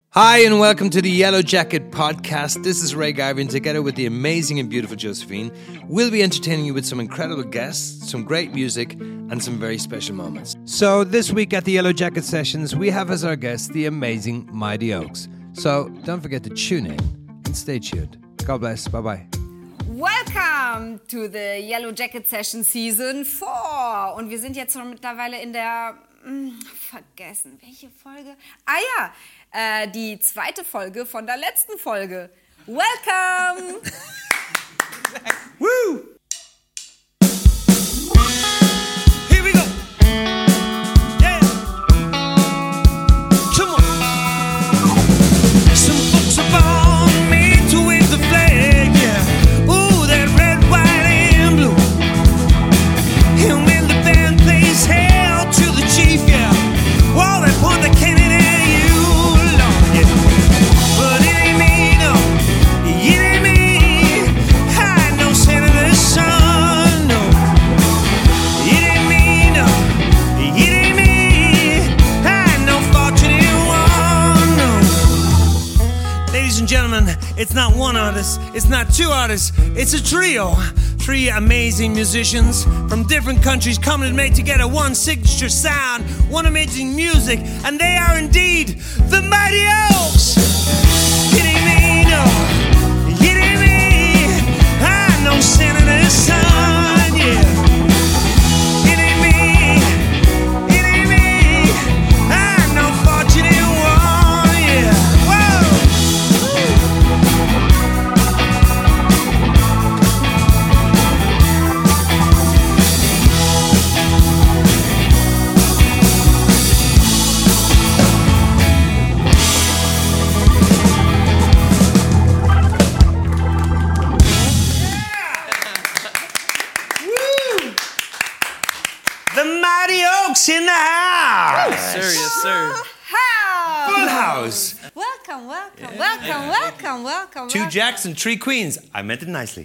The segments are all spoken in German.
Hi, and welcome to the Yellow Jacket Podcast. This is Ray Garvey, and together with the amazing and beautiful Josephine, we'll be entertaining you with some incredible guests, some great music, and some very special moments. So this week at the Yellow Jacket Sessions, we have as our guests the amazing Mighty Oaks. So don't forget to tune in and stay tuned. God bless. Bye-bye. Welcome to the Yellow Jacket Session Season 4. Und wir sind jetzt schon mittlerweile in der... vergessen, welche Folge? Die zweite Folge von der letzten Folge. Welcome! Woo! Here we go. Yeah. Come on. Some folks are born made to wave the flag, yeah. Ooh, that red, white, and blue. And when the band plays hail to the chief, yeah. Well, they point the cannon at you, Lord, yeah. But it ain't me, no. It ain't me. I ain't no Senator son, no. It ain't me, no. It ain't me. I ain't no fortunate one, no. Ladies and gentlemen, it's not one artist, it's not two artists, it's a trio. Three amazing musicians from different countries coming to make together one signature sound, one amazing music, and they are indeed the Mighty Oaks. It ain't me, no. It ain't me. I know Senator's son, yeah. It ain't me. It ain't me. I know fortunate one, yeah. Whoa. The Mighty Oaks in the house. Sir, yes, sir. Full house. Welcome. Two Jacks and three Queens. I meant it nicely.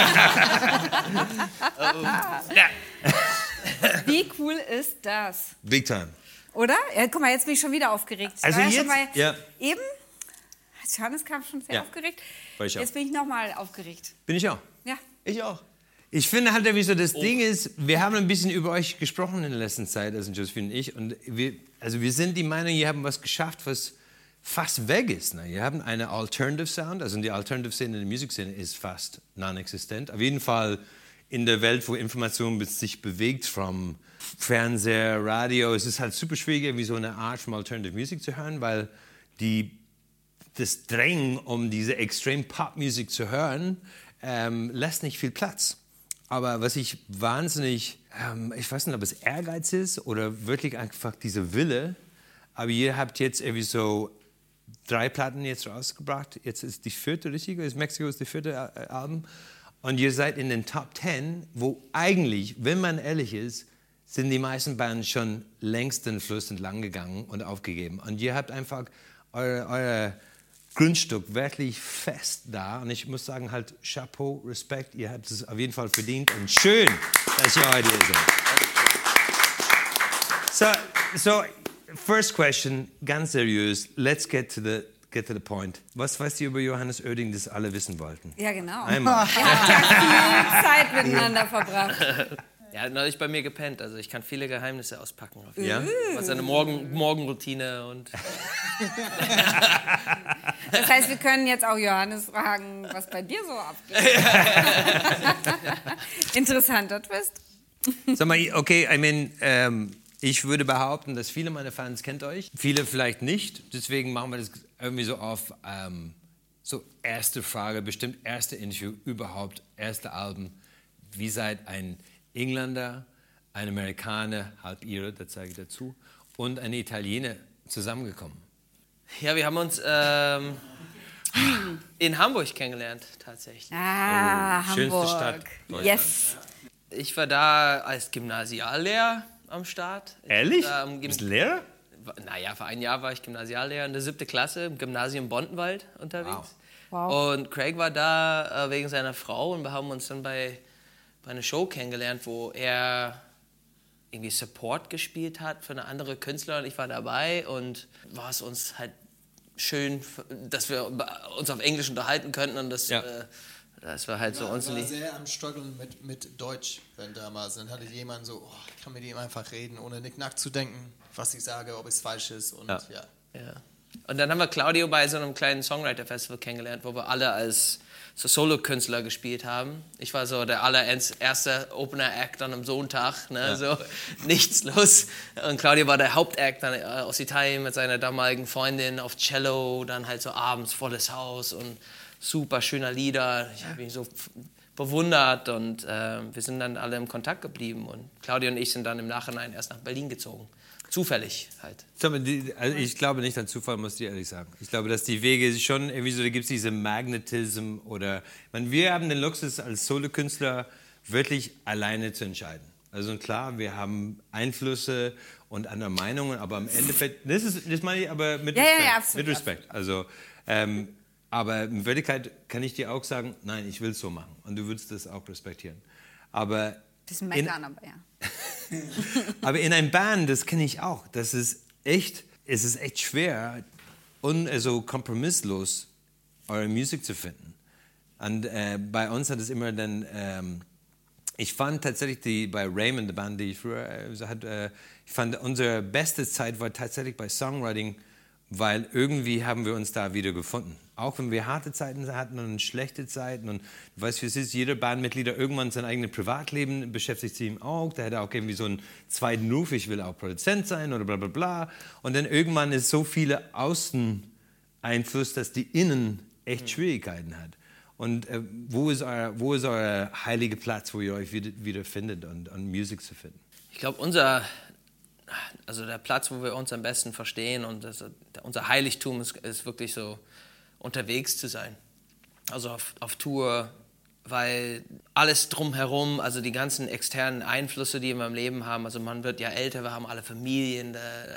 Wie cool ist das? Big time. Oder? Ja, guck mal, jetzt bin ich schon wieder aufgeregt. Ich Also war ja jetzt? schon mal Ja. Eben, als Johannes kam, schon sehr Ja. aufgeregt. War ich auch. Jetzt bin ich nochmal aufgeregt. Bin ich auch. Ja. Ich auch. Ich finde halt, wie so das Ding ist, wir haben ein bisschen über euch gesprochen in der letzten Zeit, also Josephine und ich, und wir sind die Meinung, ihr habt was geschafft, was fast weg ist. Ne? Ihr habt eine Alternative Sound, also die Alternative Szene, die Musikszene ist fast non-existent. Auf jeden Fall in der Welt, wo Information sich bewegt, vom Fernseher, Radio, es ist halt super schwierig, irgendwie so eine Art von Alternative Music zu hören, weil das Drängen, um diese Extreme Pop Music zu hören, lässt nicht viel Platz. Aber was ich wahnsinnig, ich weiß nicht, ob es Ehrgeiz ist oder wirklich einfach dieser Wille, aber ihr habt jetzt irgendwie so 3 Platten jetzt rausgebracht, jetzt ist die 4. richtige, Mexiko ist die 4. Album und ihr seid in den Top 10, wo eigentlich, wenn man ehrlich ist, sind die meisten Bands schon längst den Fluss entlang gegangen und aufgegeben. Und ihr habt einfach eure Grundstück wirklich fest da. Und ich muss sagen, halt Chapeau, Respekt, ihr habt es auf jeden Fall verdient. Und schön, dass ihr heute hier seid. So, first question, ganz seriös. Let's get to the point. Was weißt ihr über Johannes Oerding, das alle wissen wollten? Ja, genau. Einmal. Ihr habt ja viel Zeit miteinander verbracht. Er hat neulich bei mir gepennt, also ich kann viele Geheimnisse auspacken. Ja? Was seine Morgenroutine und... Das heißt, wir können jetzt auch Johannes fragen, was bei dir so abgeht. Interessanter Twist. Sag mal, okay, ich würde behaupten, dass viele meiner Fans kennt euch, viele vielleicht nicht. Deswegen machen wir das irgendwie so auf so erste Frage, bestimmt erste Interview überhaupt, erste Album. Wie seid ein Engländer, ein Amerikaner, halb Ire, das zeige ich dazu, und ein Italiener zusammengekommen? Ja, wir haben uns in Hamburg kennengelernt, tatsächlich. Schönste Hamburg. Stadt Yes. Ich war da als Gymnasiallehrer am Start. Ehrlich? Du bist Lehrer? Naja, für ein Jahr war ich Gymnasiallehrer in der 7. Klasse im Gymnasium Bontenwald unterwegs. Wow. Und Craig war da wegen seiner Frau und wir haben uns dann bei einer Show kennengelernt, wo er irgendwie Support gespielt hat für eine andere Künstlerin. Ich war dabei und war es uns halt schön, dass wir uns auf Englisch unterhalten könnten und das war halt so uns. Ich war sehr am Struggeln mit Deutsch, wenn damals. Dann hatte jemand so, ich kann mit ihm einfach reden, ohne nicht nachzudenken, was ich sage, ob es falsch ist. Und Ja. Und dann haben wir Claudio bei so einem kleinen Songwriter-Festival kennengelernt, wo wir alle als so Solo-Künstler gespielt haben. Ich war so der allererste Opener-Act an einem Sonntag, ne? So nichts los. Und Claudio war der Hauptact dann aus Italien mit seiner damaligen Freundin auf Cello, dann halt so abends volles Haus und super schöner Lieder. Ich habe ihn so bewundert und wir sind dann alle im Kontakt geblieben. Und Claudio und ich sind dann im Nachhinein erst nach Berlin gezogen. Zufällig halt. Also ich glaube nicht an Zufall, muss ich ehrlich sagen. Ich glaube, dass die Wege schon irgendwie so, da gibt es diese Magnetism oder, wir haben den Luxus als Solokünstler wirklich alleine zu entscheiden. Also klar, wir haben Einflüsse und andere Meinungen, aber im Endeffekt, das meine ich aber mit Respekt. Ja, absolut. Mit Respekt. Also, aber in Wirklichkeit kann ich dir auch sagen, nein, ich will es so machen und du würdest das auch respektieren. Aber bisschen meckern, aber ja. Aber in einem Band, das kenne ich auch, es ist echt schwer und so kompromisslos eure Musik zu finden. Und bei uns hat es immer dann, ich fand tatsächlich bei Raymond, die Band, die ich früher hatte, ich fand unsere beste Zeit war tatsächlich bei Songwriting, weil irgendwie haben wir uns da wieder gefunden. Auch wenn wir harte Zeiten hatten und schlechte Zeiten und du weißt, wie es ist, jeder Bandmitglied irgendwann sein eigenes Privatleben beschäftigt sich ihm auch, der hat auch irgendwie so einen zweiten Ruf, ich will auch Produzent sein oder bla bla bla und dann irgendwann ist so viele Außeneinfluss, dass die Innen echt Schwierigkeiten hat. Und wo ist euer heiliger Platz, wo ihr euch wieder findet und Musik zu finden? Ich glaube, der Platz, wo wir uns am besten verstehen und unser Heiligtum ist wirklich so, unterwegs zu sein. Also auf Tour, weil alles drumherum, also die ganzen externen Einflüsse, die wir im Leben haben, also man wird ja älter, wir haben alle Familien,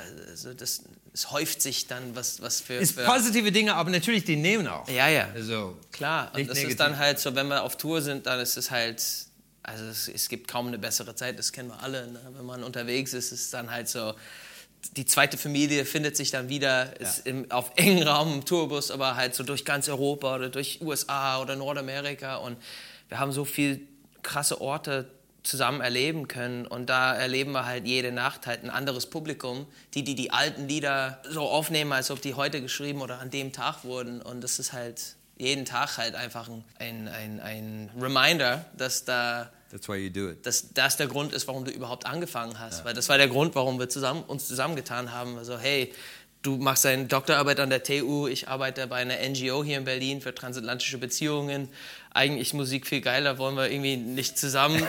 es häuft sich dann was für... Ist positive Dinge, aber natürlich die nehmen auch. Ja. Also, klar, und das negativ. Ist dann halt so, wenn wir auf Tour sind, dann ist es halt... Also es gibt kaum eine bessere Zeit, das kennen wir alle. Ne? Wenn man unterwegs ist, ist es dann halt so, die zweite Familie findet sich dann wieder, ist auf engen Raum im Tourbus, aber halt so durch ganz Europa oder durch USA oder Nordamerika. Und wir haben so viel krasse Orte zusammen erleben können. Und da erleben wir halt jede Nacht halt ein anderes Publikum, die alten Lieder so aufnehmen, als ob die heute geschrieben oder an dem Tag wurden. Und das ist halt... jeden Tag halt einfach ein Reminder, dass That's why you do it. Dass das der Grund ist, warum du überhaupt angefangen hast. Ja. Weil das war der Grund, warum wir uns zusammengetan haben. Also hey, du machst deine Doktorarbeit an der TU, ich arbeite bei einer NGO hier in Berlin für transatlantische Beziehungen. Eigentlich ist Musik viel geiler, wollen wir irgendwie nicht zusammenkommen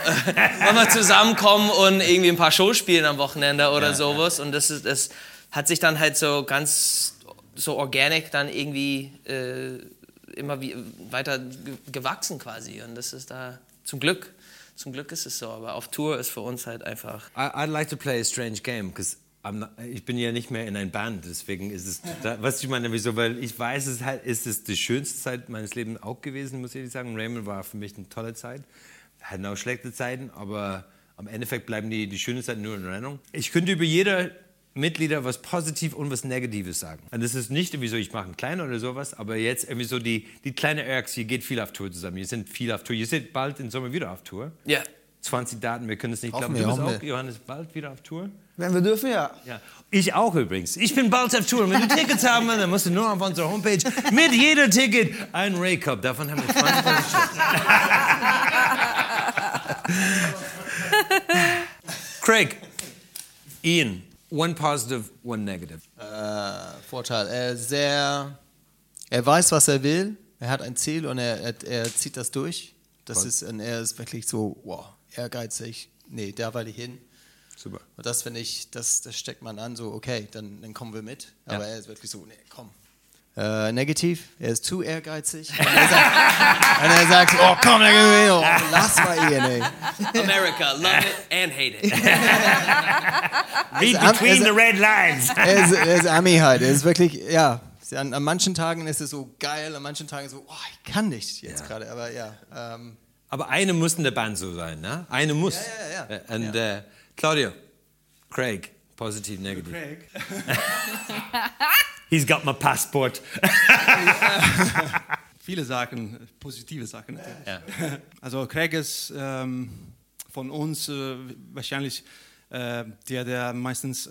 und irgendwie ein paar Shows spielen am Wochenende oder sowas. Und das hat sich dann halt so ganz so organic dann irgendwie immer weiter gewachsen quasi und das ist da zum Glück ist es so, aber auf Tour ist für uns halt einfach... I'd like to play a strange game, because ich bin ja nicht mehr in einer Band, deswegen ist es, was ich meine, wieso, weil ich weiß, ist es die schönste Zeit meines Lebens auch gewesen, muss ich sagen. Raymond war für mich eine tolle Zeit, hatten auch schlechte Zeiten, aber am Endeffekt bleiben die schönen Zeiten nur in Erinnerung. Ich könnte über jeder Mitglieder was Positives und was Negatives sagen. Und das ist nicht irgendwie so, ich mache einen kleinen oder sowas, aber jetzt irgendwie so die kleine Erks, ihr geht viel auf Tour zusammen, ihr seid viel auf Tour, ihr seid bald im Sommer wieder auf Tour. Ja. 20 Daten, wir können es nicht glauben. Du bist auch, Johannes, bald wieder auf Tour? Wenn wir dürfen, ja. Ich auch übrigens. Ich bin bald auf Tour. Wenn du Tickets haben willst, dann musst du nur auf unserer Homepage mit jeder Ticket einen Ray Cup. Davon haben wir 20 Stück. Craig, Ian. One positive, one negative. Vorteil. Er weiß, was er will. Er hat ein Ziel und er zieht das durch. Er ist wirklich so, wow, ehrgeizig. Nee, da will ich hin. Super. Und das finde ich, das steckt man an, so, okay, dann kommen wir mit. Aber er ist wirklich so, nee, komm. Negativ, er ist zu ehrgeizig. Und er sagt, oh komm, lass mal hier, ey. America, love it and hate it. Read between the red lines. Er ist Ami halt, er ist wirklich, ja. An manchen Tagen ist es so geil, an manchen Tagen so, oh, ich kann nicht jetzt gerade, aber ja. Aber eine muss in der Band so sein, ne? Eine muss. Ja. Und Claudio, Craig, positiv, negativ. Craig. He's got my passport. Viele Sachen, positive Sachen natürlich. Ja. Also Craig ist von uns wahrscheinlich der meistens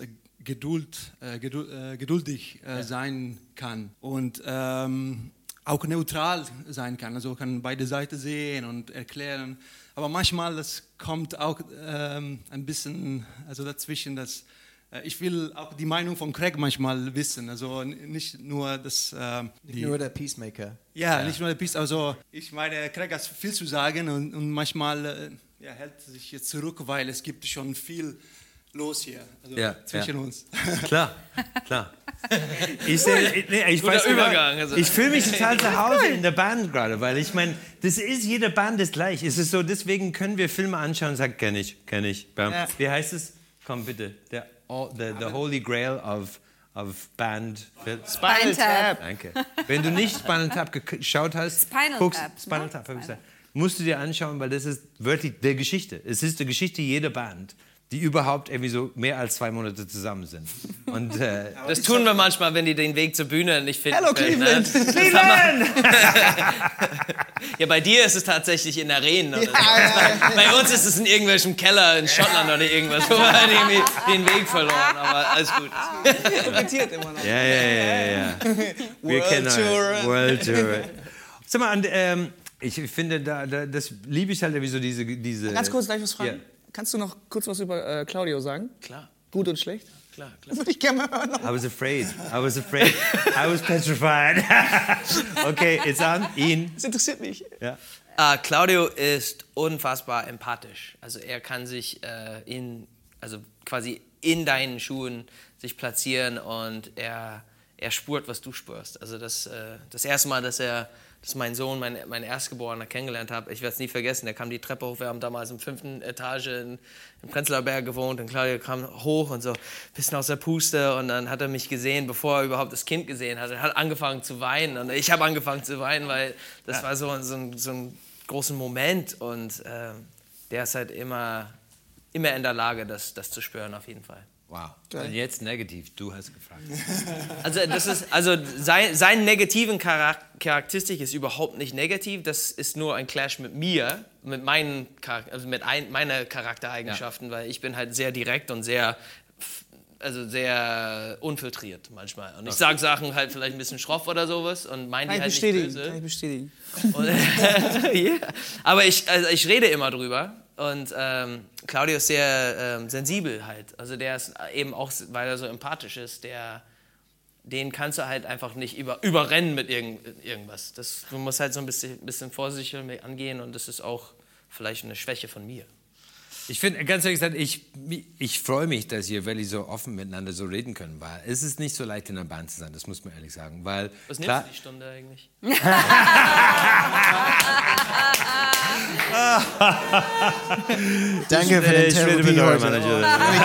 geduldig sein kann und auch neutral sein kann. Also kann beide Seiten sehen und erklären. Aber manchmal, das kommt auch ein bisschen dazwischen, dass ich will auch die Meinung von Craig manchmal wissen. Also nicht nur das... Nicht nur der Peacemaker. Ja, nicht nur der Peacemaker. Also ich meine, Craig hat viel zu sagen und manchmal hält sich jetzt zurück, weil es gibt schon viel los hier zwischen uns. Klar. Ich weiß Übergang. Also. Ich fühle mich total zu Hause in der Band gerade, weil ich meine, das ist, jede Band ist gleich. Es ist so, deswegen können wir Filme anschauen und sagen, kenn ich. Ja. Wie heißt es? Komm bitte. The Holy Grail of Band. Spinal Tap. Danke. Wenn du nicht Spinal Tap geschaut hast, Spinal Tap, habe ich gesagt, musst du dir anschauen, weil das ist wirklich der Geschichte. Es ist die Geschichte jeder Band, die überhaupt irgendwie so mehr als 2 Monate zusammen sind. Und, das tun wir manchmal, wenn die den Weg zur Bühne nicht finden. Hello, Cleveland! Ne? Cleveland! Ja, bei dir ist es tatsächlich in Arenen. Oder so. Bei uns ist es in irgendwelchem Keller in Schottland oder irgendwas, wo wir halt irgendwie den Weg verloren. Aber alles gut. Profitiert immer noch. Ja. World Tour. Sag mal, und, ich finde, das liebe ich halt irgendwie so diese... Ganz kurz, darf ich was fragen? Ja. Kannst du noch kurz was über Claudio sagen? Klar. Gut und schlecht? Klar. Würde ich gerne mal hören. I was afraid. I was petrified. Okay, it's on. Ihn. Das interessiert mich. Ja. Claudio ist unfassbar empathisch. Also er kann sich quasi in deinen Schuhen sich platzieren und er spürt, was du spürst. Also das erste Mal, dass mein Sohn, mein Erstgeborener, kennengelernt habe, ich werde es nie vergessen, der kam die Treppe hoch, wir haben damals im 5. Etage im Prenzlauer Berg gewohnt und Claudio kam hoch und so ein bisschen aus der Puste und dann hat er mich gesehen, bevor er überhaupt das Kind gesehen hat. Er hat angefangen zu weinen und ich habe angefangen zu weinen, weil das war so ein großen Moment und der ist halt immer in der Lage, das zu spüren auf jeden Fall. Wow. Und jetzt negativ, du hast gefragt. Also seine negativen Charakteristik ist überhaupt nicht negativ. Das ist nur ein Clash mit mir, mit meinen meine Charaktereigenschaften, weil ich bin halt sehr direkt und sehr unfiltriert manchmal. Und ich sage Sachen halt vielleicht ein bisschen schroff oder sowas und meine die halt nicht böse. Kann ich bestätigen. Und, yeah. Aber ich rede immer drüber. Und Claudio ist sehr sensibel halt. Also der ist eben auch, weil er so empathisch ist, den kannst du halt einfach nicht überrennen mit irgendwas. Du musst halt so ein bisschen vorsichtig angehen und das ist auch vielleicht eine Schwäche von mir. Ich finde, ganz ehrlich gesagt, ich freue mich, dass ihr wirklich so offen miteinander so reden können, weil es ist nicht so leicht in einer Band zu sein, das muss man ehrlich sagen. Weil, was nimmst du die Stunde eigentlich? Danke für den Therapie heute.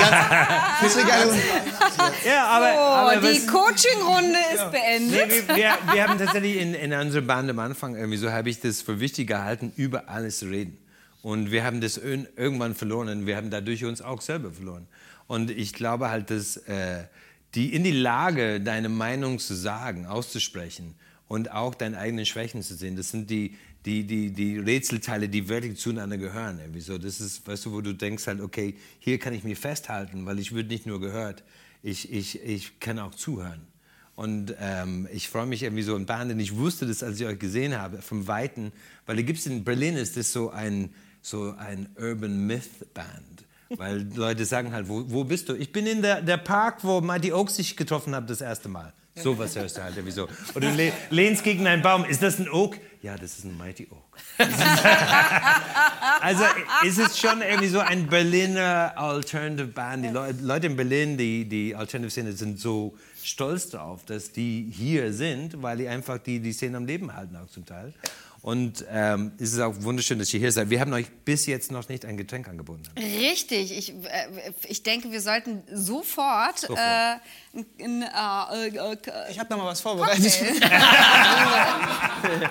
Ja, aber die Coaching-Runde ist beendet. Wir haben tatsächlich in unserer Band am Anfang irgendwie so, habe ich das für wichtig gehalten, über alles zu reden. Und wir haben das irgendwann verloren und wir haben dadurch uns auch selber verloren. Und ich glaube halt, dass in die Lage, deine Meinung zu sagen, auszusprechen und auch deine eigenen Schwächen zu sehen, das sind die Rätselteile, die wirklich zueinander gehören. Irgendwie so. Das ist, weißt du, wo du denkst halt, okay, hier kann ich mich festhalten, weil ich würde nicht nur gehört, ich kann auch zuhören. Und ich freue mich irgendwie so in Band, denn ich wusste das, als ich euch gesehen habe, vom Weiten, weil da gibt es in Berlin, ist das so ein Urban Myth Band. Weil Leute sagen halt, wo bist du? Ich bin in der Park, wo Mighty Oak sich getroffen hat das erste Mal. So was hörst du halt irgendwie so. Und du lehnst gegen einen Baum. Ist das ein Oak? Ja, das ist ein Mighty Oak. Also ist es schon irgendwie so ein Berliner Alternative Band. Die Leute in Berlin, die Alternative Szene, sind so stolz drauf, dass die hier sind, weil die einfach die Szene am Leben halten auch zum Teil. Und es ist auch wunderschön, dass ihr hier seid. Wir haben euch bis jetzt noch nicht ein Getränk angeboten. Richtig. Ich denke, wir sollten sofort ich habe noch mal was vorbereitet.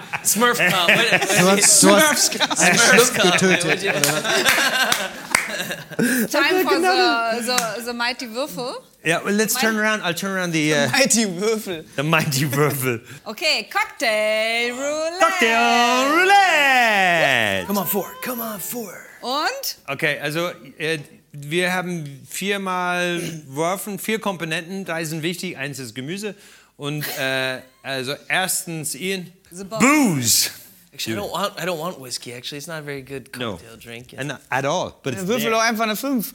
Smurf Cup. Du hast einen Schluck getötet. Time for the mighty Würfel. Yeah, well, let's turn around. I'll turn around the Mighty Würfel. mighty Würfel. Okay, Cocktail Roulette. Cocktail Roulette. Come on, four. Und? Okay, also wir haben 4-mal Würfen, 4 Komponenten, 3 sind wichtig, 1 ist Gemüse. Und also erstens, Ian, Booze. Actually, I don't want whiskey. Actually, it's not a very good cocktail drink. And at all. But it's Würfel doch einfach eine 5.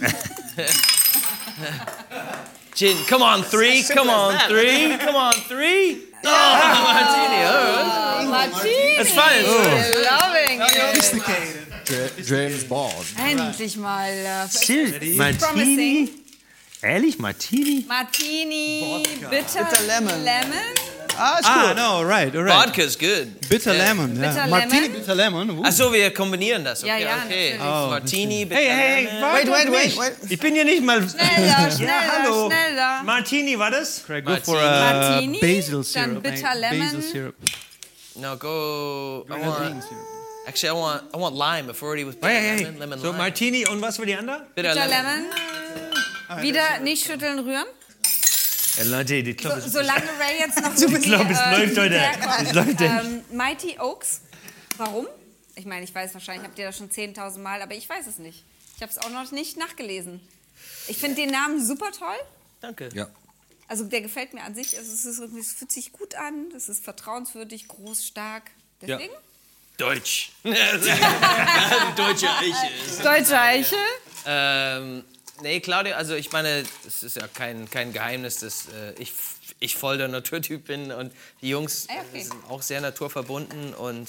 Gin. Come on, 3. Come on, 3. Come on, 3. Oh, martini. Oh, Martini. that's fine. Loving it. Sophisticated. James Bond. Endlich mal. Martini? Ehrlich, Martini? Martini, Bitter Lemon. Ah, no, right, all right. Vodka's good. Bitter lemon, ja. Bitter Martini, lemon? bitter lemon. Achso, wir kombinieren das. Okay, Ja, okay. natürlich. Martini, bitter Hey, lemon. wait. Ich bin hier nicht mal... Schneller, hallo. schneller. Martini, war das? Craig, go for Martini, basil syrup. dann bitter lemon. Basil syrup. No, go. Green beans syrup. Actually, I want lime. I've already with bitter Hey. lemon, So, lime. Martini und was war die andere? Bitter Bitter lemon. lemon. Wieder nicht schütteln, rühren. Leute, die Club ist... Solange Ray jetzt noch Ich glaube, es läuft heute. Es läuft echt. Mighty Oaks. Warum? Ich meine, ich weiß wahrscheinlich, habt ihr das schon 10.000 Mal, aber ich weiß es nicht. Ich habe es auch noch nicht nachgelesen. Ich finde den Namen super toll. Danke. Ja. Also der gefällt mir an sich. Also es fühlt sich gut an. Es ist vertrauenswürdig, groß, stark. Deswegen? Deutsch. Deutsche Eiche. Deutsche Eiche. Nee, Claudia, also ich meine, es ist ja kein Geheimnis, dass ich voll der Naturtyp bin und die Jungs sind auch sehr naturverbunden und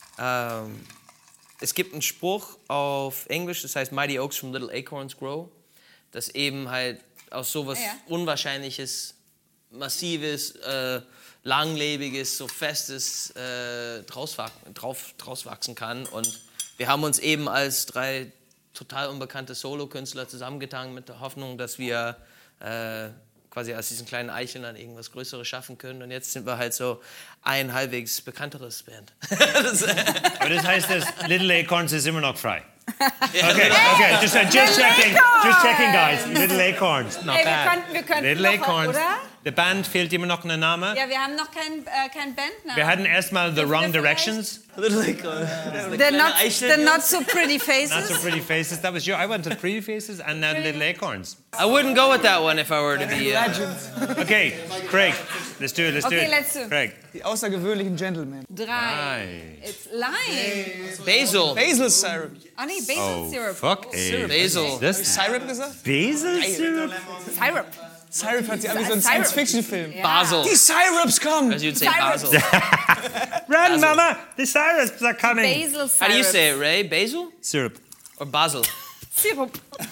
es gibt einen Spruch auf Englisch, das heißt Mighty Oaks from Little Acorns Grow, das eben halt aus sowas Unwahrscheinliches, Massives, Langlebiges, so Festes draus wachsen kann und wir haben uns eben als 3 total unbekannte Solo-Künstler zusammengetan mit der Hoffnung, dass wir quasi aus diesen kleinen Eicheln dann irgendwas Größeres schaffen können. Und jetzt sind wir halt so ein halbwegs bekannteres Band. Aber das heißt, dass Little Acorns ist immer noch frei. Okay, just checking, guys. Little Acorns, not Ey, bad. wir könnten Little noch, Acorns. oder? Der Band fehlt immer noch ein Name. Ja, wir haben noch kein Bandnamen. Wir hatten erstmal The Wrong Directions. Little Acorns. The not so pretty faces. Not so pretty faces. That was you. I went to Pretty Faces and now Little Acorns. I wouldn't go with that one if I were to be... Okay, Craig, let's do it. Let's do. Craig. Die außergewöhnlichen Gentlemen. 3. It's lime. Basil. Basil Syrup. Oh nee, Basil Syrup. Fuck, ey. Basil. Das Syrup gesagt? Basil Syrup? Syrup. Syrup hat sie an wie so ein Syrup. Science-Fiction-Film. Ja. Basil. Die Syrups kommen! As you'd say, Syrup. Basil. Run, Mama! The syrups are coming. Basil Syrup. How do you say it, Ray? Basil Syrup. or Basil? Syrup.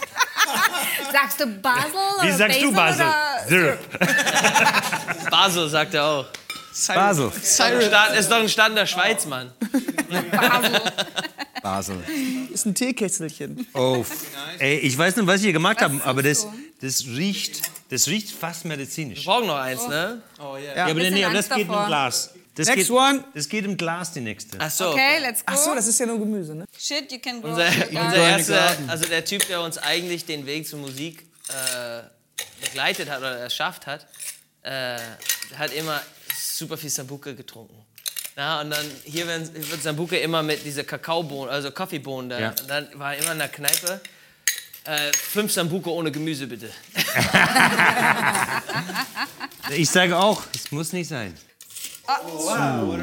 Sagst du Basil Wie oder sagst du Basil? oder Syrup. Basil, sagt er auch. Basil. Ist doch ein Staat in der Schweiz, Mann. Basil. Basel. Ist ein Teekesselchen. Oh, ey, ich weiß nicht, was ihr gemacht habt, Was aber tust das riecht fast medizinisch. Wir brauchen noch eins, ne? Ja, aber bisschen nee, aber das Angst geht im davor. Glas. Das Next geht, one. Das geht im Glas, die nächste. Ach so. Okay, let's go. Achso, das ist ja nur Gemüse, ne? Shit, you can grow. Unser Unser erster, also der Typ, der uns eigentlich den Weg zur Musik begleitet hat oder erschafft hat, hat immer super viel Sambuca getrunken. Ja, und dann hier wird Sambuca immer mit dieser Kakaobohnen, also Kaffeebohnen da. Ja. Und dann war immer in der Kneipe 5 Sambuca ohne Gemüse, bitte. Ich sage auch, es muss nicht sein. Cucumber.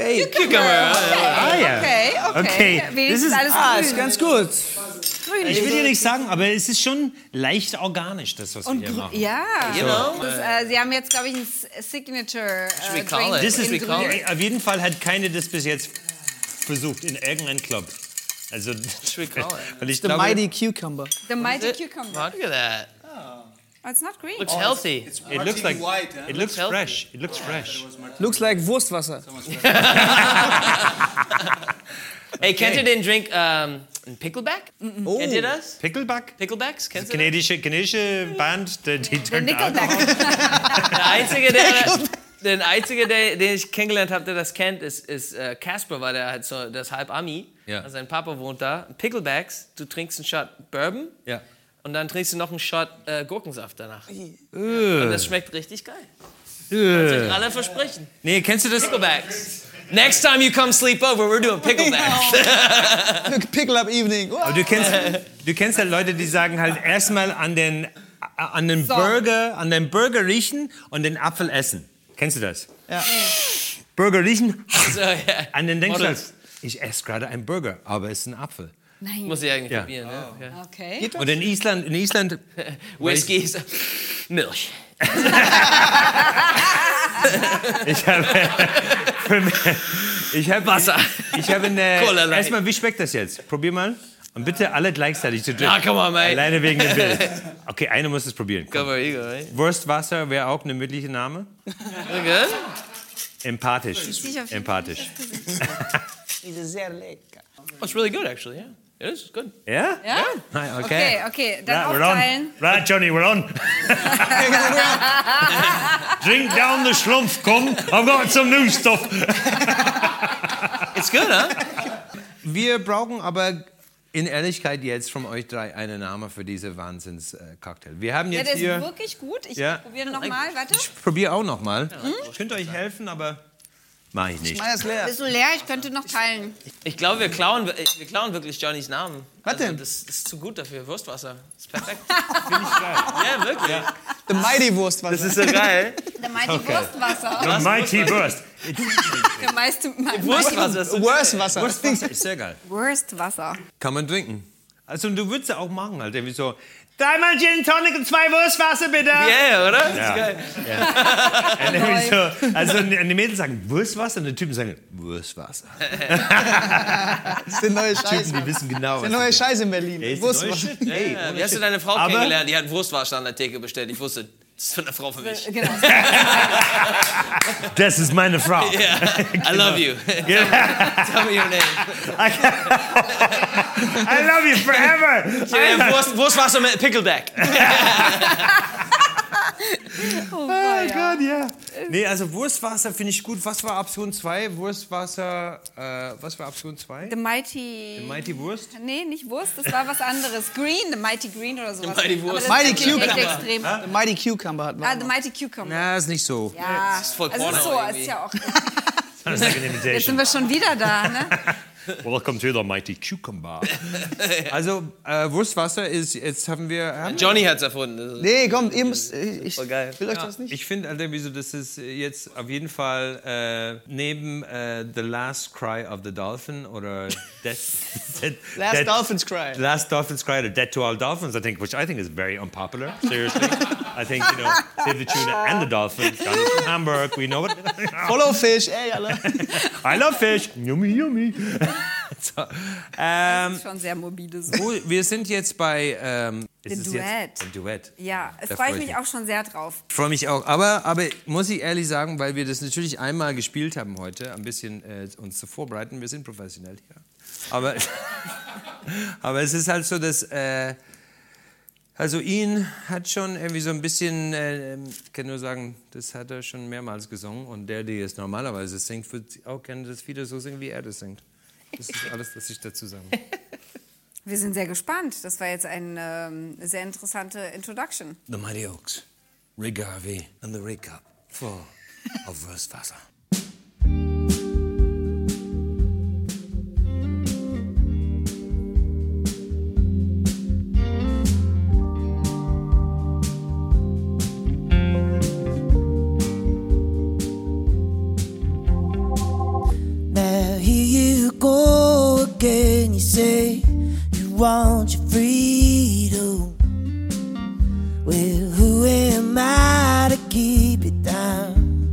Ah ja. Okay. Das Wenigstens ist, alles Ist grün. ganz gut. ich will dir nicht sagen, aber es ist schon leicht organisch, das, was wir hier machen. Ja. Genau. Das, Sie haben jetzt, glaube ich, ein Signature we call Drink it? Das ist, in grün. auf jeden Fall hat keine das bis jetzt versucht in irgendeinem Club. Also, we call it? weil ich The glaube, Mighty Cucumber. The mighty cucumber. Look at that. Oh, it's not green. Looks healthy. it looks like it looks healthy. fresh. It looks fresh. Looks like Wurstwasser. Hey, kennt ihr den Drink Pickleback? Kennt ihr das? Pickleback? Picklebacks? Kennst du das? Chinesische Band, die The turned out. Nickelback. Der einzige, den ich kennengelernt habe, der das kennt, ist Casper, weil der halt so, das ist halb Ami. Ja. Sein Papa wohnt da. Picklebacks, du trinkst einen Shot Bourbon Ja. und dann trinkst du noch einen Shot Gurkensaft danach. Und das schmeckt richtig geil. Kann ich alle versprechen. Nee, kennst du das? Picklebacks. Next time you come sleep over, we're doing picklebacks. Pickle up evening. Aber du kennst halt Leute, die sagen halt erstmal an den Burger riechen und den Apfel essen. Kennst du das? Ja. Burger riechen, So, ja. an den denkst du halt, Models. ich esse gerade einen Burger, aber es ist ein Apfel. Nein. Muss ich eigentlich Ja. probieren. Ne? Ja. Okay. Und in Island Whisky ist Milch. ich habe Wasser. Cola Light. erstmal, wie schmeckt das jetzt? Probier mal. Und bitte alle gleichzeitig zu trinken. Ja, come on, mate. Alleine wegen dem Bild. Okay, einer muss es probieren. Komm. Come on, you go, right? Wurstwasser wäre auch ein möglicher Name. Good? Empathisch. sicher auf jeden Empathisch. Die ist sehr lecker. Oh, it's really good, actually, yeah. It is good. Ja? Ja? Okay. Okay, dann Right, we're on. aufteilen. Right, Johnny, we're on. Drink down the schlumpf, komm. I've got some new stuff. It's good, huh? Wir brauchen aber in Ehrlichkeit jetzt von euch drei einen Namen für diese Wahnsinns-Cocktail. Wir haben Ja, jetzt der ist hier... wirklich gut. Ich Ja. probiere nochmal. Warte. Ich probiere auch noch mal. Ich könnte euch helfen, aber mache ich nicht. Meiner ist leer. Bist du leer? Ich könnte noch teilen. Ich glaube, wir klauen wirklich Johnnys Namen. Was denn? Das ist zu gut dafür. Wurstwasser. Das ist perfekt. Finde ich geil. Ja, wirklich. The Mighty Wurstwasser. Das ist so geil. Der Mighty Wurstwasser. The Mighty Wurst. Der meiste Wurstwasser. Das ist Wurstwasser. Wurstwasser ist sehr geil. Wurstwasser. Kann man trinken. Also du würdest ja auch machen, halt irgendwie so, 3-mal Gin Tonic und 2 Wurstwasser, bitte. yeah, oder? Das Ja. ist geil. Und irgendwie so, also die Mädels sagen Wurstwasser und die Typen sagen Wurstwasser. Das ist der neue Scheiß. Typen, die wissen genau, Der was neue sie Scheiß in Berlin. denken. Wurstwasser. Hey, Ja, wie hast du deine Frau Aber- kennengelernt? Die hat Wurstwasser an der Theke bestellt. Ich wusste, das ist für eine Frau für mich. Genau. das ist meine Frau. I love you. Tell me your name. I love you forever. Wurstwasser mit Pickleback. Oh Gott, ja. Nee, also Wurstwasser finde ich gut. Was war Option 2? Wurstwasser, was war Option 2? The Mighty... Mighty Wurst? Nee, nicht Wurst, das war was anderes. Green, The Mighty Green oder sowas. The Mighty Wurst. Aber das Mighty ist wirklich Cucumber. echt extrem. The Mighty Cucumber hat Ah, man. The Mighty Cucumber. Ja, ist nicht so. Ja, ist voll also es ist Porno so, irgendwie. ist ja auch... That's like an Jetzt invitation. sind wir schon wieder da, ne? Welcome to the Mighty Cucumber. Also, Wurstwasser ist, jetzt haben wir... Johnny hat's erfunden. Nee, komm, ihr müsst. Ich Voll geil. will euch das nicht. Ich finde, Alter, wieso das ist jetzt auf jeden Fall neben The Last Cry of the Dolphin oder Last Dolphins Cry. Last Dolphins Cry or Dead to All Dolphins, which I think is very unpopular. Seriously, I think Save the Tuna and the Dolphin. Johnny's from Hamburg, we know it. Follow Fish, ey, alle. I love fish. Yummy, yummy. So, Das ist schon sehr morbide so. wir sind jetzt bei ist es Duett. Jetzt ein Duett. Ja, es Da freue freu ich ich mich auch schon sehr drauf. Ich freue mich auch. Aber muss ich ehrlich sagen, weil wir das natürlich einmal gespielt haben heute, ein bisschen uns zu vorbereiten. Wir sind professionell hier. Aber, aber es ist halt so, dass also ihn hat schon irgendwie so ein bisschen, ich kann nur sagen, das hat er schon mehrmals gesungen. Und der jetzt normalerweise singt, wird auch gerne das wieder so singen, wie er das singt. Das ist alles, was ich dazu sagen will. Wir sind sehr gespannt. Das war jetzt eine sehr interessante Introduction. The Mighty Oaks, Rig Harvey and the Rig Cup, full of Wurstwasser. Now here you go again. You say you want your freedom. Well, who am I to keep it down?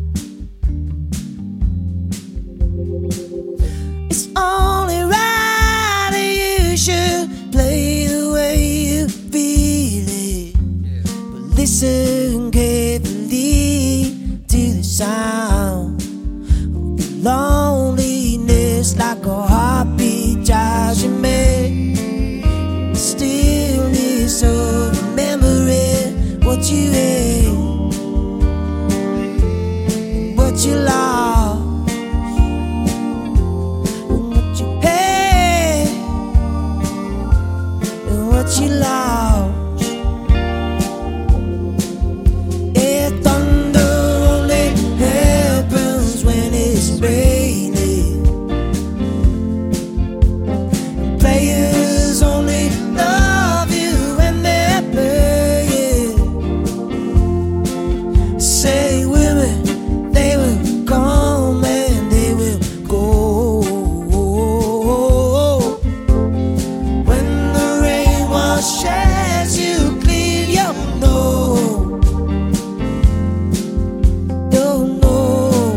It's only right that you should play the way you feel it. But listen carefully to the sound of your loneliness, like a heartbeat drives you mad. The stillness of remembering what you had, what you lost, and what you had. raining. Players only love you when they're playing. Say women, they will come and they will go. When the rain washes you clean, you'll know. You'll know.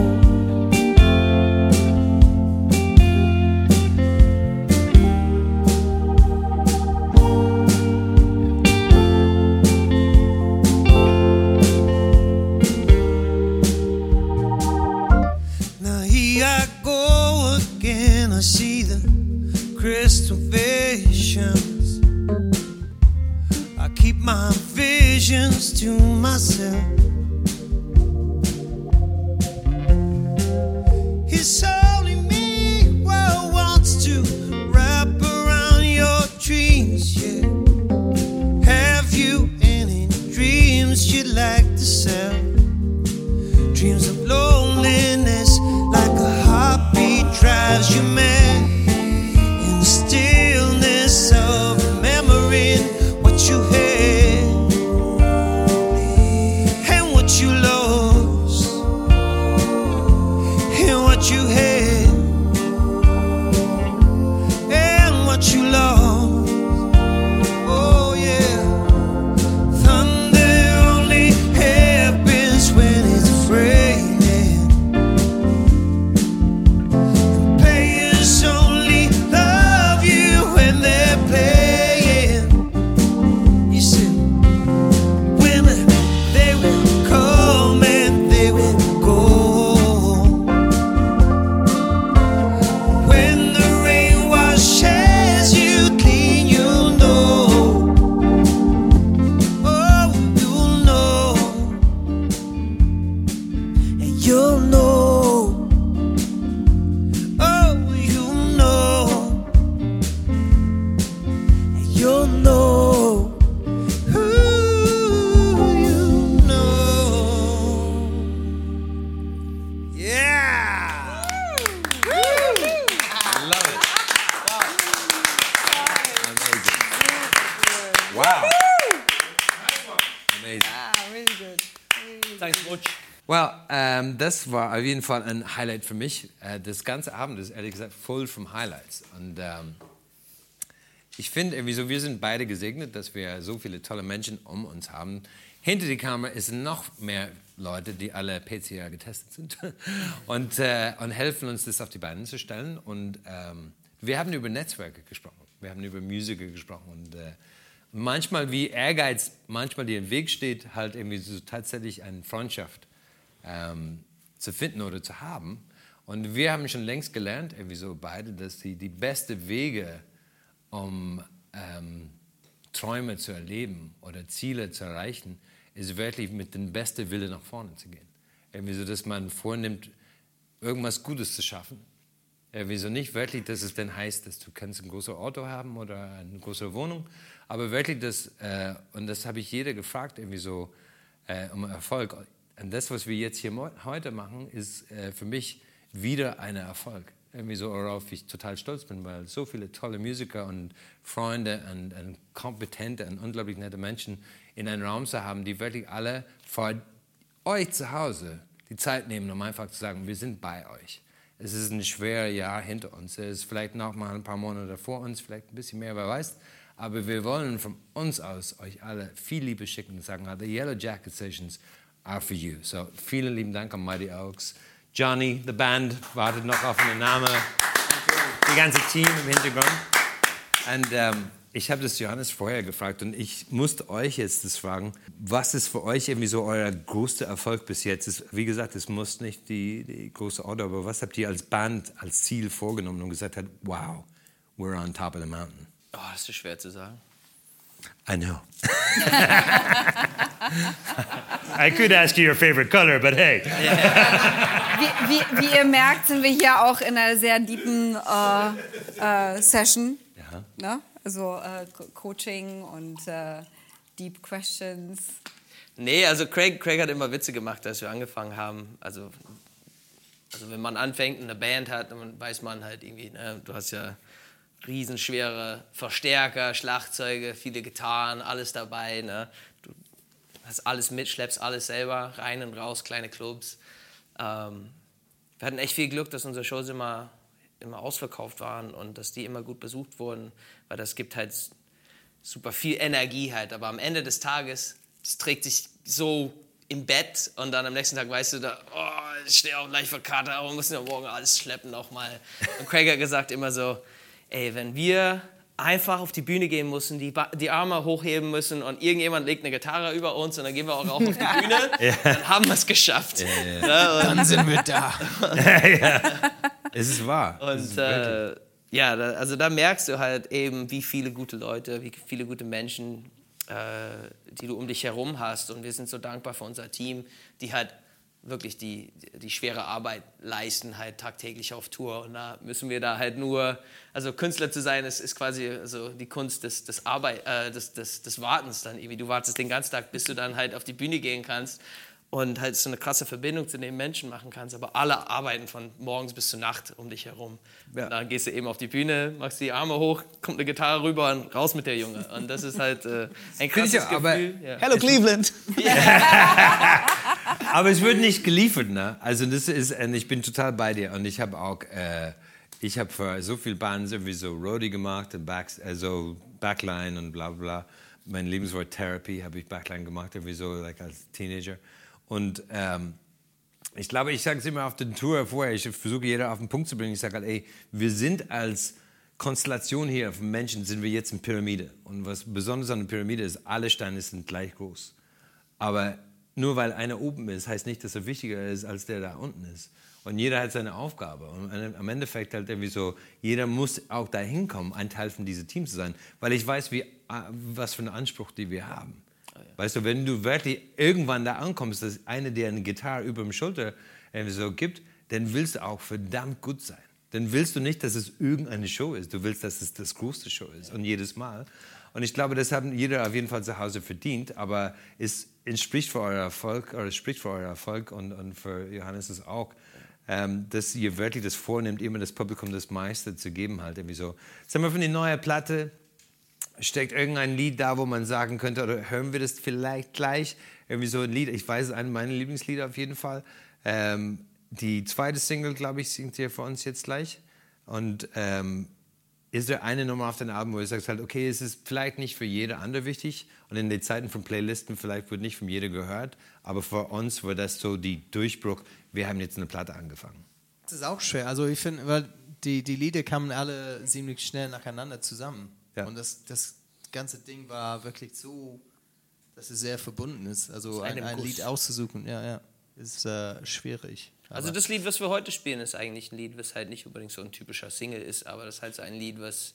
Now here I go again, I see the crystal visions. I keep my visions to myself. It's only me who wants to wrap around your dreams, yeah. Have you any dreams you'd like to sell? Dreams of loneliness, like a heartbeat drives you mad. In the stillness of remembering what you had and what you lost and what you had and what you lost. Oh yeah. Thunder only happens when it's raining. And players only love you when they're playing. You said, women, they will come and they will go. When the rain washes you clean, you'll know. Oh, you'll know. And you'll know. Oh, you'll know. And you'll know. Ooh, you know. Yeah. Love it. Amazing. Wow. Amazing. Thanks much. Well, das war auf jeden Fall ein Highlight für mich. Das ganze Abend ist ehrlich gesagt voll von Highlights. Und ich finde irgendwie so, wir sind beide gesegnet, dass wir so viele tolle Menschen um uns haben. Hinter die Kamera ist noch mehr Leute, die alle PCR getestet sind und helfen uns, das auf die Beine zu stellen. Und wir haben über Netzwerke gesprochen, wir haben über Musiker gesprochen und manchmal wie Ehrgeiz, manchmal die im Weg steht, halt irgendwie so tatsächlich eine Freundschaft zu finden oder zu haben. Und wir haben schon längst gelernt, irgendwie so beide, dass die beste Wege, um Träume zu erleben oder Ziele zu erreichen, ist wirklich mit dem besten Wille nach vorne zu gehen. Irgendwie so, dass man vornimmt, irgendwas Gutes zu schaffen. Irgendwie so nicht wirklich, dass es dann heißt, dass du kannst ein großes Auto haben oder eine große Wohnung, aber wirklich das, und das habe ich jeder gefragt, irgendwie so um Erfolg. Und das, was wir jetzt hier heute machen, ist für mich wieder ein Erfolg. Irgendwie so, worauf ich total stolz bin, weil so viele tolle Musiker und Freunde und kompetente und unglaublich nette Menschen in einem Raum zu haben, die wirklich alle vor euch zu Hause die Zeit nehmen, um einfach zu sagen, wir sind bei euch. Es ist ein schweres Jahr hinter uns. Es ist vielleicht noch mal ein paar Monate vor uns, vielleicht ein bisschen mehr, wer weiß. Aber wir wollen von uns aus euch alle viel Liebe schicken und sagen, the Yellow Jacket Sessions are for you. So vielen lieben Dank an Mighty Oaks. Johnny, the Band, wartet noch auf einen Namen. Die ganze Team im Hintergrund. Und ich habe das Johannes vorher gefragt und ich musste euch jetzt das fragen, was ist für euch irgendwie so euer größter Erfolg bis jetzt? Wie gesagt, es muss nicht die große Order, aber was habt ihr als Band als Ziel vorgenommen und gesagt habt, wow, we're on top of the mountain? Oh, das ist schwer zu sagen. I know. I could ask you your favorite color, but hey. Wie ihr merkt, sind wir hier auch in einer sehr deepen Session. Ja. Ne? Also Coaching und Deep Questions. Nee, also Craig hat immer Witze gemacht, als wir angefangen haben. Also Also wenn man anfängt und eine Band hat, dann weiß man halt irgendwie, ne, du hast ja riesenschwere Verstärker, Schlagzeuge, viele Gitarren, alles dabei. Ne? Du hast alles mit, schleppst alles selber, rein und raus, kleine Clubs. Wir hatten echt viel Glück, dass unsere Shows immer ausverkauft waren und dass die immer gut besucht wurden, weil das gibt halt super viel Energie halt. Aber am Ende des Tages, das trägt sich so im Bett und dann am nächsten Tag weißt du, ich stehe auch gleich vor Kater, aber wir müssen ja morgen alles schleppen nochmal. Und Craig hat gesagt immer so, ey, wenn wir einfach auf die Bühne gehen müssen, die Arme hochheben müssen und irgendjemand legt eine Gitarre über uns und dann gehen wir auch auf die Bühne, dann haben wir es geschafft. Ja, dann sind wir da. Es ist wahr. Und also da merkst du halt eben, wie viele gute Leute, wie viele gute Menschen, die du um dich herum hast. Und wir sind so dankbar für unser Team, die halt wirklich die schwere Arbeit leisten, halt tagtäglich auf Tour. Und da müssen wir da halt nur, also Künstler zu sein, ist quasi also die Kunst des Wartens dann irgendwie. Du wartest den ganzen Tag, bis du dann halt auf die Bühne gehen kannst und halt so eine krasse Verbindung zu den Menschen machen kannst. Aber alle arbeiten von morgens bis zur Nacht um dich herum. Ja. Dann gehst du eben auf die Bühne, machst die Arme hoch, kommt eine Gitarre rüber und raus mit der Junge. Und das ist halt ein krasses Gefühl. Ja. Hello Cleveland! Aber es wird nicht geliefert, ne? Also das ist, ich bin total bei dir und ich habe auch, ich habe für so viele Bands irgendwie so Roadie gemacht und Backline und bla bla. Mein Lebenswort Therapy habe ich Backline gemacht, irgendwie so like als Teenager. Und ich glaube, ich sage es immer auf der Tour vorher, ich versuche jeder auf den Punkt zu bringen. Ich sage halt, ey, wir sind als Konstellation hier von Menschen, sind wir jetzt eine Pyramide. Und was besonders an der Pyramide ist, alle Steine sind gleich groß. Aber nur weil einer oben ist, heißt nicht, dass er wichtiger ist, als der da unten ist. Und jeder hat seine Aufgabe. Und am Endeffekt halt irgendwie so, jeder muss auch dahin kommen, ein Teil von diesem Team zu sein. Weil ich weiß, was für einen Anspruch die wir haben. Weißt du, wenn du wirklich irgendwann da ankommst, dass einer dir eine Gitarre über dem Schulter so gibt, dann willst du auch verdammt gut sein. Dann willst du nicht, dass es irgendeine Show ist. Du willst, dass es das größte Show ist. Und jedes Mal. Und ich glaube, das haben jeder auf jeden Fall zu Hause verdient. Aber es spricht für euer Erfolg, oder spricht für euer Erfolg und für Johannes es auch, dass ihr wirklich das vornehmt, immer das Publikum das meiste zu geben halt. Irgendwie so. Sagen wir von der neuen Platte, steckt irgendein Lied da, wo man sagen könnte, oder hören wir das vielleicht gleich? Irgendwie so ein Lied, ich weiß, es ist eines meiner Lieblingslieder auf jeden Fall. Die zweite Single, glaube ich, singt ihr für uns jetzt gleich. Und ist da eine Nummer auf dem Album, wo ihr sagt, halt, okay, es ist vielleicht nicht für jeder andere wichtig und in den Zeiten von Playlisten vielleicht wird nicht von jedem gehört, aber für uns war das so die Durchbruch, wir haben jetzt eine Platte angefangen. Das ist auch schwer, also ich finde, weil die Lieder kamen alle ziemlich schnell nacheinander zusammen. Ja. Und das ganze Ding war wirklich so, dass es sehr verbunden ist. Also ein Lied auszusuchen, ist schwierig. Also das Lied, was wir heute spielen, ist eigentlich ein Lied, was halt nicht unbedingt so ein typischer Single ist, aber das ist halt so ein Lied, was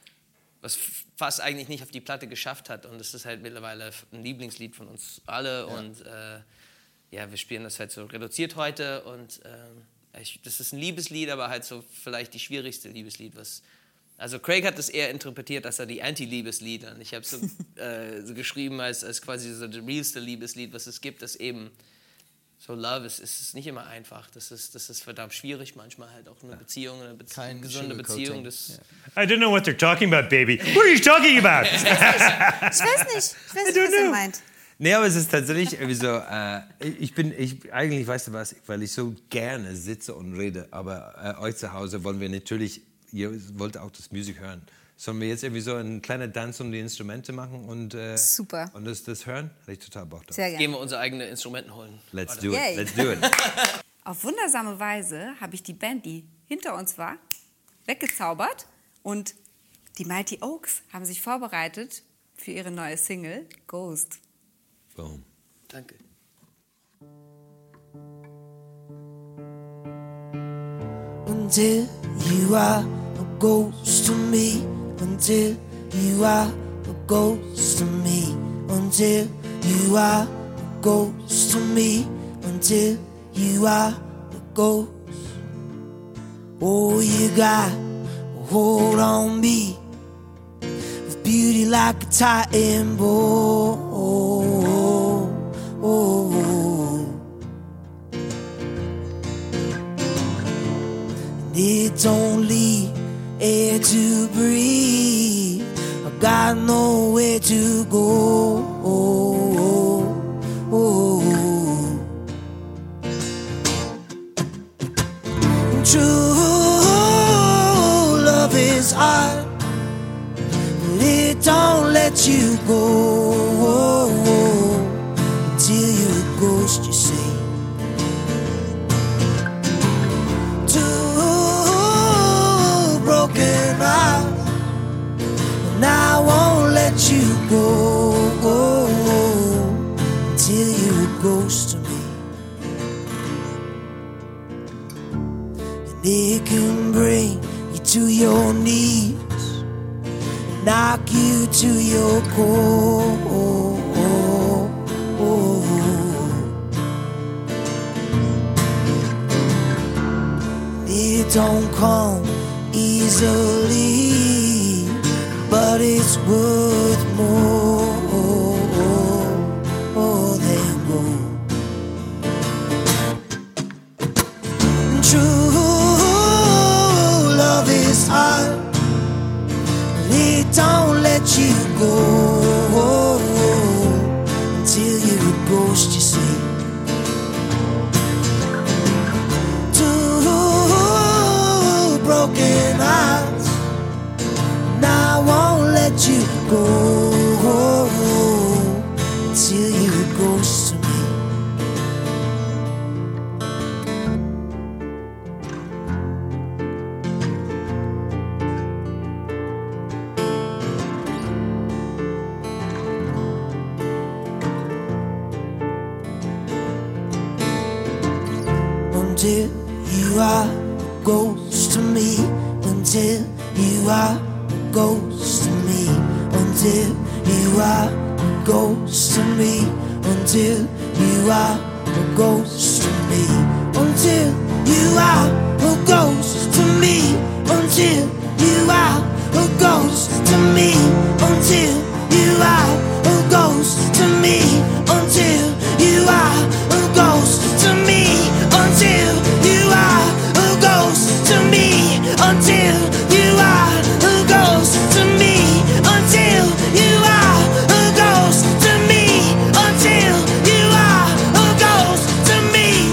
fast eigentlich nicht auf die Platte geschafft hat. Und das ist halt mittlerweile ein Lieblingslied von uns alle. Ja. Und wir spielen das halt so reduziert heute. Und das ist ein Liebeslied, aber halt so vielleicht die schwierigste Liebeslied, also Craig hat das eher interpretiert, dass er die Anti-Liebeslied, und ich habe es so geschrieben als quasi so das realste Liebeslied, was es gibt, das eben so Love ist nicht immer einfach. Das ist verdammt schwierig, manchmal halt auch eine Beziehung, eine gesunde Beziehung. I don't know what they're talking about, baby. What are you talking about? Ich weiß nicht, was er meint. Nee, aber es ist tatsächlich irgendwie so, eigentlich, weißt du was, weil ich so gerne sitze und rede, aber euch zu Hause wollen wir natürlich, ihr wollt auch das Musik hören. Sollen wir jetzt irgendwie so einen kleinen Tanz um die Instrumente machen und, super. Und das hören? Hätte ich total Bock drauf. Sehr gerne. Gehen wir unsere eigenen Instrumente holen. Let's do it. Auf wundersame Weise habe ich die Band, die hinter uns war, weggezaubert und die Mighty Oaks haben sich vorbereitet für ihre neue Single Ghost. Boom. Danke. Until you are a ghost to me, until you are a ghost to me, until you are a ghost to me, until you are a ghost. Oh, you got a hold on me with beauty like a Titan bull. It's only air to breathe. I got nowhere to go. True love is hard, but it don't let you go until you're a ghost, you say. Two broken hearts, and I won't let you go until you're a ghost to me. It can bring you to your knees, knock you to your core. It don't come easily, but it's worth more than gold. True love is hard, but it don't let you go until you're a ghost, you see. Two broken hearts, and I won't let you go until you're a ghost to me. Until you are a ghost to me, until you are a ghost to me, until you are a ghost to me, until you are a ghost to me, until you are a ghost to me, until you are a ghost to me, until you are a ghost to me, until you are a ghost to me, until you are a ghost to me, until you are a ghost to me, until you are a ghost to me, until you are a ghost to me.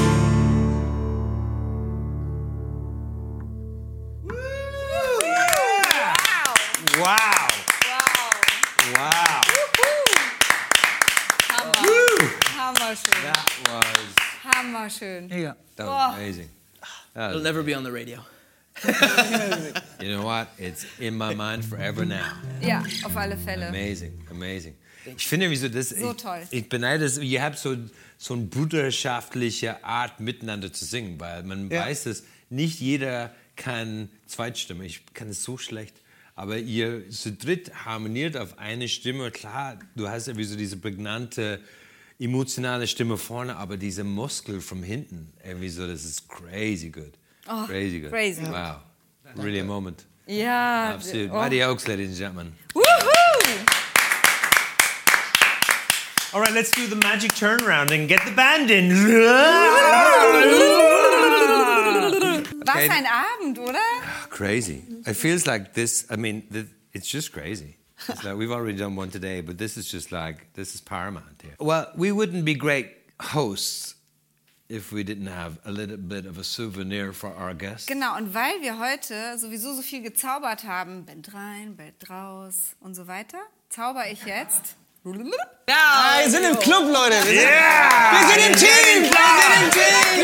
Wow. Wow. Hammerschön. That was Hammerschön. Yeah. amazing. It'll never be on the radio. You know what? It's in my mind forever now. Ja, auf alle Fälle. Amazing, amazing. Ich finde, wieso das. So toll. Ich beneide es. Ihr habt so eine bruderschaftliche Art, miteinander zu singen, weil man weiß, dass nicht jeder kann Zweitstimme. Ich kann es so schlecht. Aber ihr zu dritt harmoniert auf eine Stimme. Klar, du hast ja wie so diese prägnante, emotionale Stimme vorne, aber diese Muskel von hinten, irgendwie so, das ist crazy good. Oh, crazy good. crazy. Wow. Really a moment. Ja. Absolutely. Oh. Mighty Oaks, ladies and gentlemen. Woohoo! All right, let's do the magic turnaround and get the band in. Was ein Abend, oder? Crazy. It feels like this, I mean, it's just crazy. It's like we've already done one today, but this is just like, this is paramount here. Well, we wouldn't be great hosts if we didn't have a little bit of a souvenir for our guests. Genau, und weil wir heute sowieso so viel gezaubert haben, Band rein, Band raus und so weiter, zauber ich jetzt. Ja, wir sind im Club, Leute. Wir sind im Team. Wir sind im Team.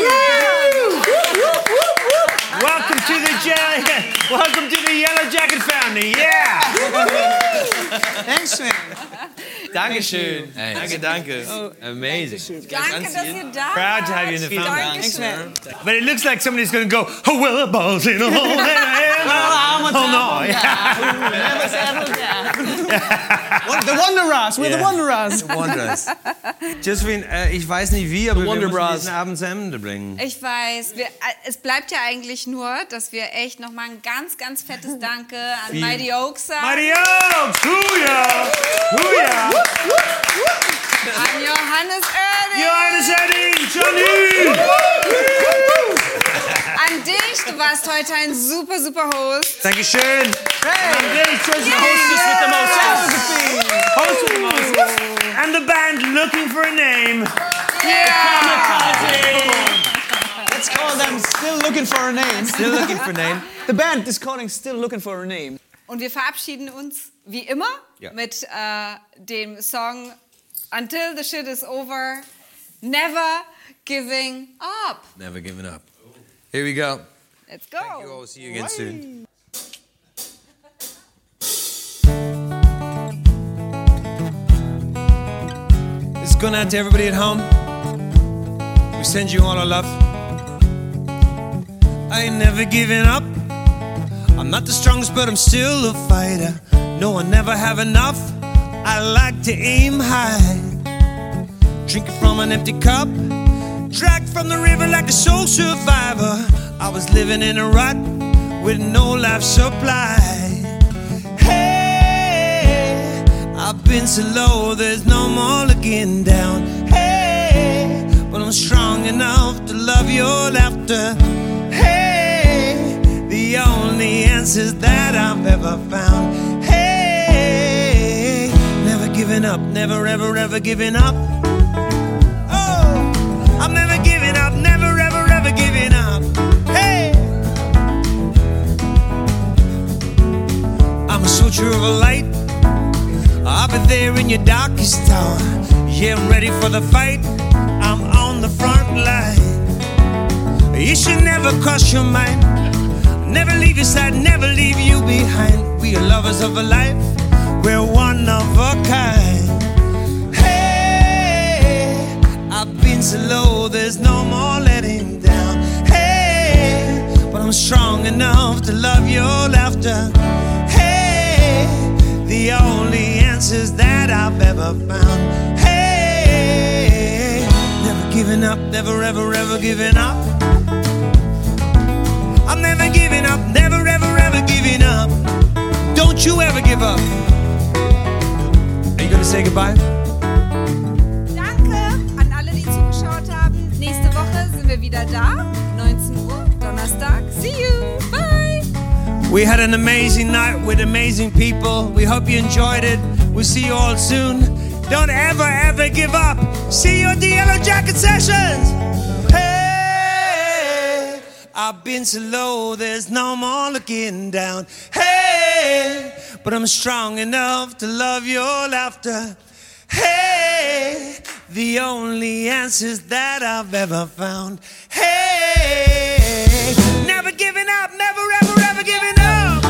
Welcome to the Yellow Jacket family. Yeah. Thanks, man. Dankeschön. Hey. Danke. Amazing. Danke, dass ihr da Proud to have you in the family. Dankeschön. But it looks like somebody's going to go, oh, well, balls in a hole. Oh, no. The Wanderers. We're the Wanderers. Wonders. Josephine, ich weiß nicht wie, aber wir Wonder müssen Bras. diesen Abend zu Ende bringen. Ich weiß, es bleibt ja eigentlich nur, dass wir echt nochmal ein ganz, ganz fettes Danke an Mighty Oaks sagen. Mighty Oaks! Hooja! Hooja! An Johannes Oerding. Johannes Oerding! Johnny! an dich. Du warst heute ein super, super Host. Dankeschön. Host with the most. And the band looking for a name. Let's call them Still Looking for a Name. Still looking for a name. The band is calling Still Looking for a Name. Und wir verabschieden uns wie immer mit dem Song Until the Shit is Over, Never Giving Up. Never giving up. Here we go. Let's go. Thank you all. See you again soon. This is going out to everybody at home. We send you all our love. I ain't never giving up. I'm not the strongest, but I'm still a fighter. No, I never have enough. I like to aim high. Drinking from an empty cup. Dragged from the river like a soul survivor. I was living in a rut with no life supply. Hey, I've been so low, there's no more looking down. Hey, but I'm strong enough to love your laughter. Hey, the only answers that I've ever found. Hey, never giving up, never ever ever giving up. Oh, I'm never giving up, never ever ever giving up. Hey, I'm a soldier of a light. I'll be there in your darkest hour. Yeah, I'm ready for the fight. I'm on the front line. You should never cross your mind. Never leave your side, never leave you behind. We are lovers of a life. We're one of a kind. Hey, I've been so low, there's no more letting down. Hey, but I'm strong enough to love your laughter. Hey, the only answers that I've ever found. Hey, never giving up, never ever ever giving up. I'm never giving up, never ever ever giving up. Don't you ever give up. Are you gonna say goodbye? Danke an alle, die zugeschaut haben. Nächste Woche sind wir wieder da. 19 Uhr, Donnerstag. See you. Bye. We had an amazing night with amazing people. We hope you enjoyed it. We'll see you all soon. Don't ever, ever give up. See you at the Yellow Jacket Sessions. Hey, I've been so low, there's no more looking down. Hey, but I'm strong enough to love your laughter. Hey, the only answers that I've ever found. Hey, never giving up, never ever ever giving up.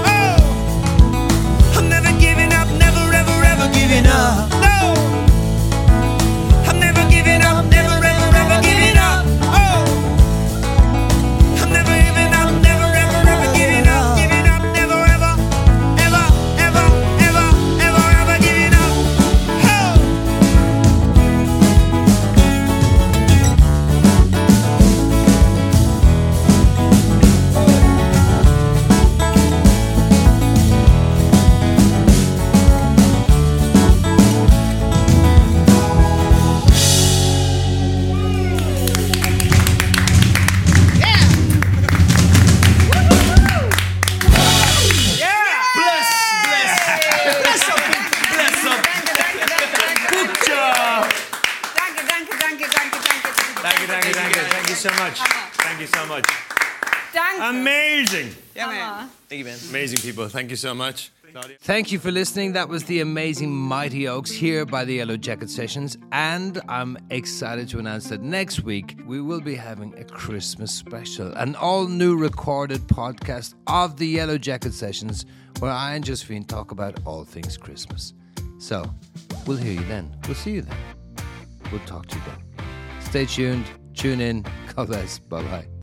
Oh, I'm never giving up, never ever ever giving up. No, I'm never giving up, never ever ever giving up. Oh, I'm never giving up, never ever ever giving up, giving up, never ever ever ever ever ever ever giving up. Oh. Thank you so much. Thank you so much. Danke. Amazing. Yeah, man. Thank you, man. Amazing people. Thank you so much. Thank you for listening. That was the amazing Mighty Oaks here by the Yellow Jacket Sessions. And I'm excited to announce that next week we will be having a Christmas special, an all-new recorded podcast of the Yellow Jacket Sessions where I and Josephine talk about all things Christmas. So, we'll hear you then. We'll see you then. We'll talk to you then. Stay tuned. Tune in. God bless. Bye-bye.